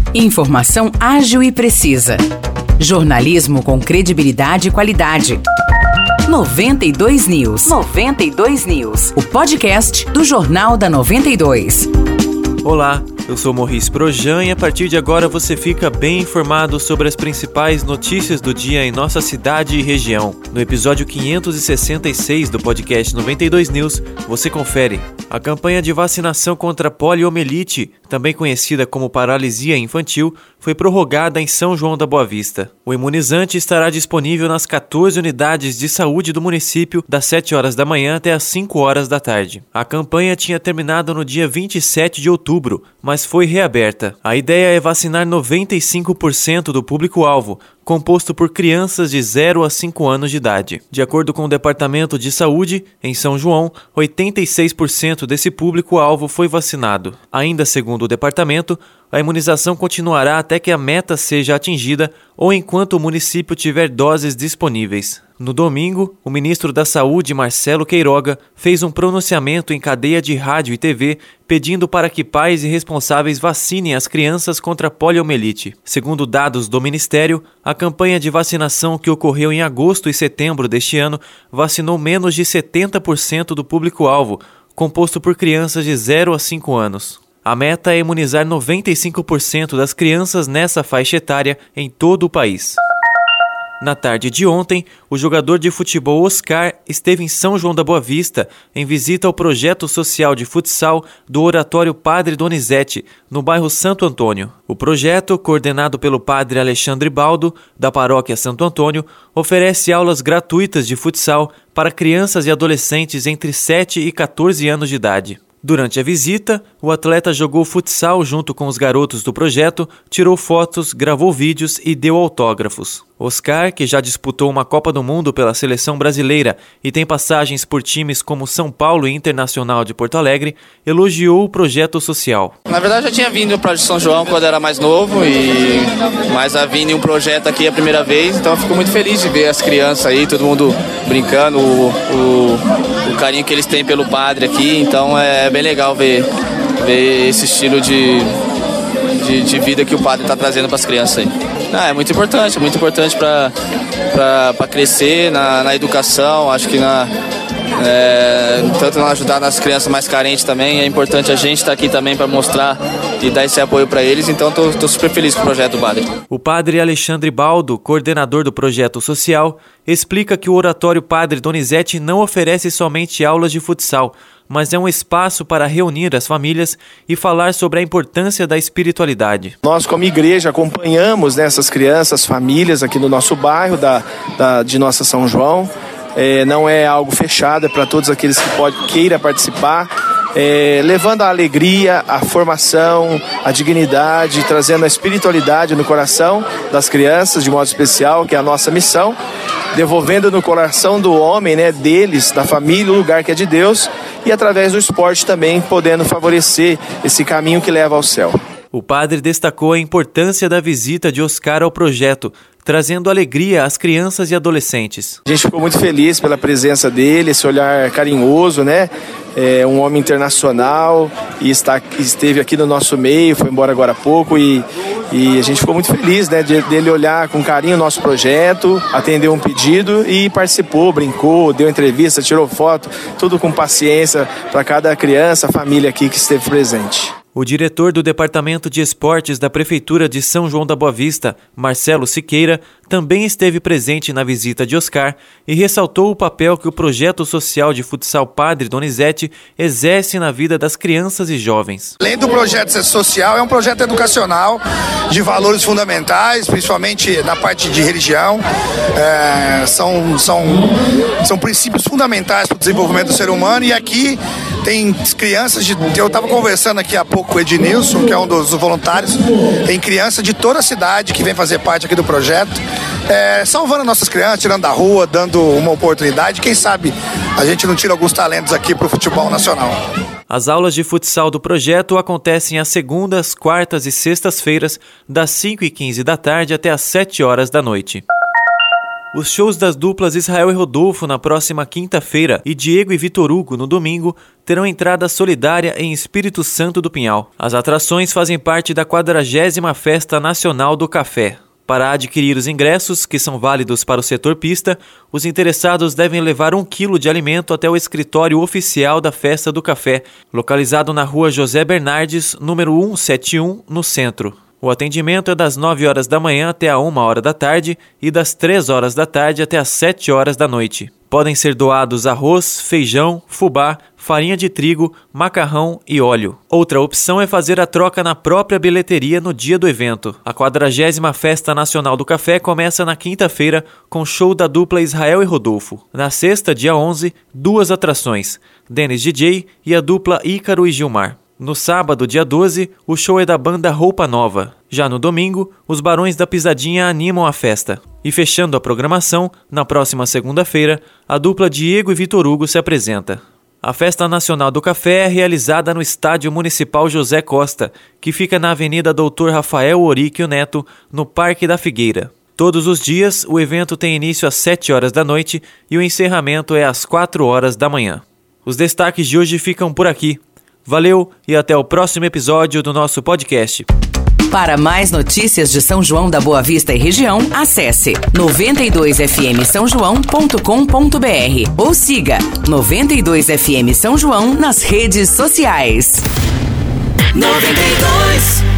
Informação ágil e precisa. Jornalismo com credibilidade e qualidade. 92 News. 92 News. O podcast do Jornal da 92. Olá, eu sou Maurice Projan e a partir de agora você fica bem informado sobre as principais notícias do dia em nossa cidade e região. No episódio 566 do podcast 92 News, você confere. A campanha de vacinação contra poliomielite, também conhecida como paralisia infantil, foi prorrogada em São João da Boa Vista. O imunizante estará disponível nas 14 unidades de saúde do município das 7 horas da manhã até as 5 horas da tarde. A campanha tinha terminado no dia 27 de outubro, mas foi reaberta. A ideia é vacinar 95% do público-alvo, composto por crianças de 0 a 5 anos de idade. De acordo com o Departamento de Saúde, em São João, 86% desse público-alvo foi vacinado. Ainda segundo o departamento, a imunização continuará até que a meta seja atingida ou enquanto o município tiver doses disponíveis. No domingo, o ministro da Saúde, Marcelo Queiroga, fez um pronunciamento em cadeia de rádio e TV pedindo para que pais e responsáveis vacinem as crianças contra a poliomielite. Segundo dados do Ministério, a campanha de vacinação que ocorreu em agosto e setembro deste ano vacinou menos de 70% do público-alvo, composto por crianças de 0 a 5 anos. A meta é imunizar 95% das crianças nessa faixa etária em todo o país. Na tarde de ontem, o jogador de futebol Oscar esteve em São João da Boa Vista em visita ao projeto social de futsal do Oratório Padre Donizete, no bairro Santo Antônio. O projeto, coordenado pelo padre Alexandre Baldo, da paróquia Santo Antônio, oferece aulas gratuitas de futsal para crianças e adolescentes entre 7 e 14 anos de idade. Durante a visita, o atleta jogou futsal junto com os garotos do projeto, tirou fotos, gravou vídeos e deu autógrafos. Oscar, que já disputou uma Copa do Mundo pela seleção brasileira e tem passagens por times como São Paulo e Internacional de Porto Alegre, elogiou o projeto social. Na verdade, eu tinha vindo para São João quando era mais novo, mas a vindo em um projeto aqui a primeira vez, então eu fico muito feliz de ver as crianças aí, todo mundo brincando, o carinho que eles têm pelo padre aqui, então é bem legal ver esse estilo de vida que o padre está trazendo para as crianças aí. É muito importante para crescer na educação, acho que tanto ajudar nas crianças mais carentes também, é importante a gente estar aqui também para mostrar e dar esse apoio para eles, então estou super feliz com o projeto do padre. O padre Alexandre Baldo, coordenador do projeto social, explica que o Oratório Padre Donizete não oferece somente aulas de futsal, mas é um espaço para reunir as famílias e falar sobre a importância da espiritualidade. Nós, como igreja, acompanhamos essas crianças, famílias aqui no nosso bairro, de nossa São João. Não é algo fechado, é para todos aqueles que queiram participar, levando a alegria, a formação, a dignidade, trazendo a espiritualidade no coração das crianças, de modo especial, que é a nossa missão, devolvendo no coração do homem, deles, da família, o lugar que é de Deus, e através do esporte também podendo favorecer esse caminho que leva ao céu. O padre destacou a importância da visita de Oscar ao projeto, trazendo alegria às crianças e adolescentes. A gente ficou muito feliz pela presença dele, esse olhar carinhoso, um homem internacional e esteve aqui no nosso meio, foi embora agora há pouco e a gente ficou muito feliz dele olhar com carinho o nosso projeto, atendeu um pedido e participou, brincou, deu entrevista, tirou foto, tudo com paciência para cada criança, família aqui que esteve presente. O diretor do Departamento de Esportes da Prefeitura de São João da Boa Vista, Marcelo Siqueira, também esteve presente na visita de Oscar e ressaltou o papel que o projeto social de futsal Padre Donizete exerce na vida das crianças e jovens. Além do projeto social, é um projeto educacional de valores fundamentais, principalmente na parte de religião. São princípios fundamentais para o desenvolvimento do ser humano e aqui tem crianças, eu estava conversando aqui há pouco com o Ednilson, que é um dos voluntários, tem criança de toda a cidade que vem fazer parte aqui do projeto, salvando nossas crianças, tirando da rua, dando uma oportunidade, quem sabe a gente não tira alguns talentos aqui para o futebol nacional. As aulas de futsal do projeto acontecem às segundas, quartas e sextas-feiras, das 5h15 da tarde até às 7 horas da noite. Os shows das duplas Israel e Rodolfo na próxima quinta-feira e Diego e Vitor Hugo no domingo terão entrada solidária em Espírito Santo do Pinhal. As atrações fazem parte da 40ª Festa Nacional do Café. Para adquirir os ingressos, que são válidos para o setor pista, os interessados devem levar 1 quilo de alimento até o escritório oficial da Festa do Café, localizado na rua José Bernardes, número 171, no centro. O atendimento é das 9 horas da manhã até a 1 hora da tarde e das 3 horas da tarde até as 7 horas da noite. Podem ser doados arroz, feijão, fubá, farinha de trigo, macarrão e óleo. Outra opção é fazer a troca na própria bilheteria no dia do evento. A 40ª Festa Nacional do Café começa na quinta-feira com show da dupla Israel e Rodolfo. Na sexta, dia 11, 2 atrações, Dennis DJ e a dupla Ícaro e Gilmar. No sábado, dia 12, o show é da banda Roupa Nova. Já no domingo, os Barões da Pisadinha animam a festa. E fechando a programação, na próxima segunda-feira, a dupla Diego e Vitor Hugo se apresenta. A Festa Nacional do Café é realizada no Estádio Municipal José Costa, que fica na Avenida Doutor Rafael Oríquio Neto, no Parque da Figueira. Todos os dias, o evento tem início às 7 horas da noite e o encerramento é às 4 horas da manhã. Os destaques de hoje ficam por aqui. Valeu e até o próximo episódio do nosso podcast. Para mais notícias de São João da Boa Vista e região, acesse 92fmsaojão.com.br ou siga 92FM São João nas redes sociais. 92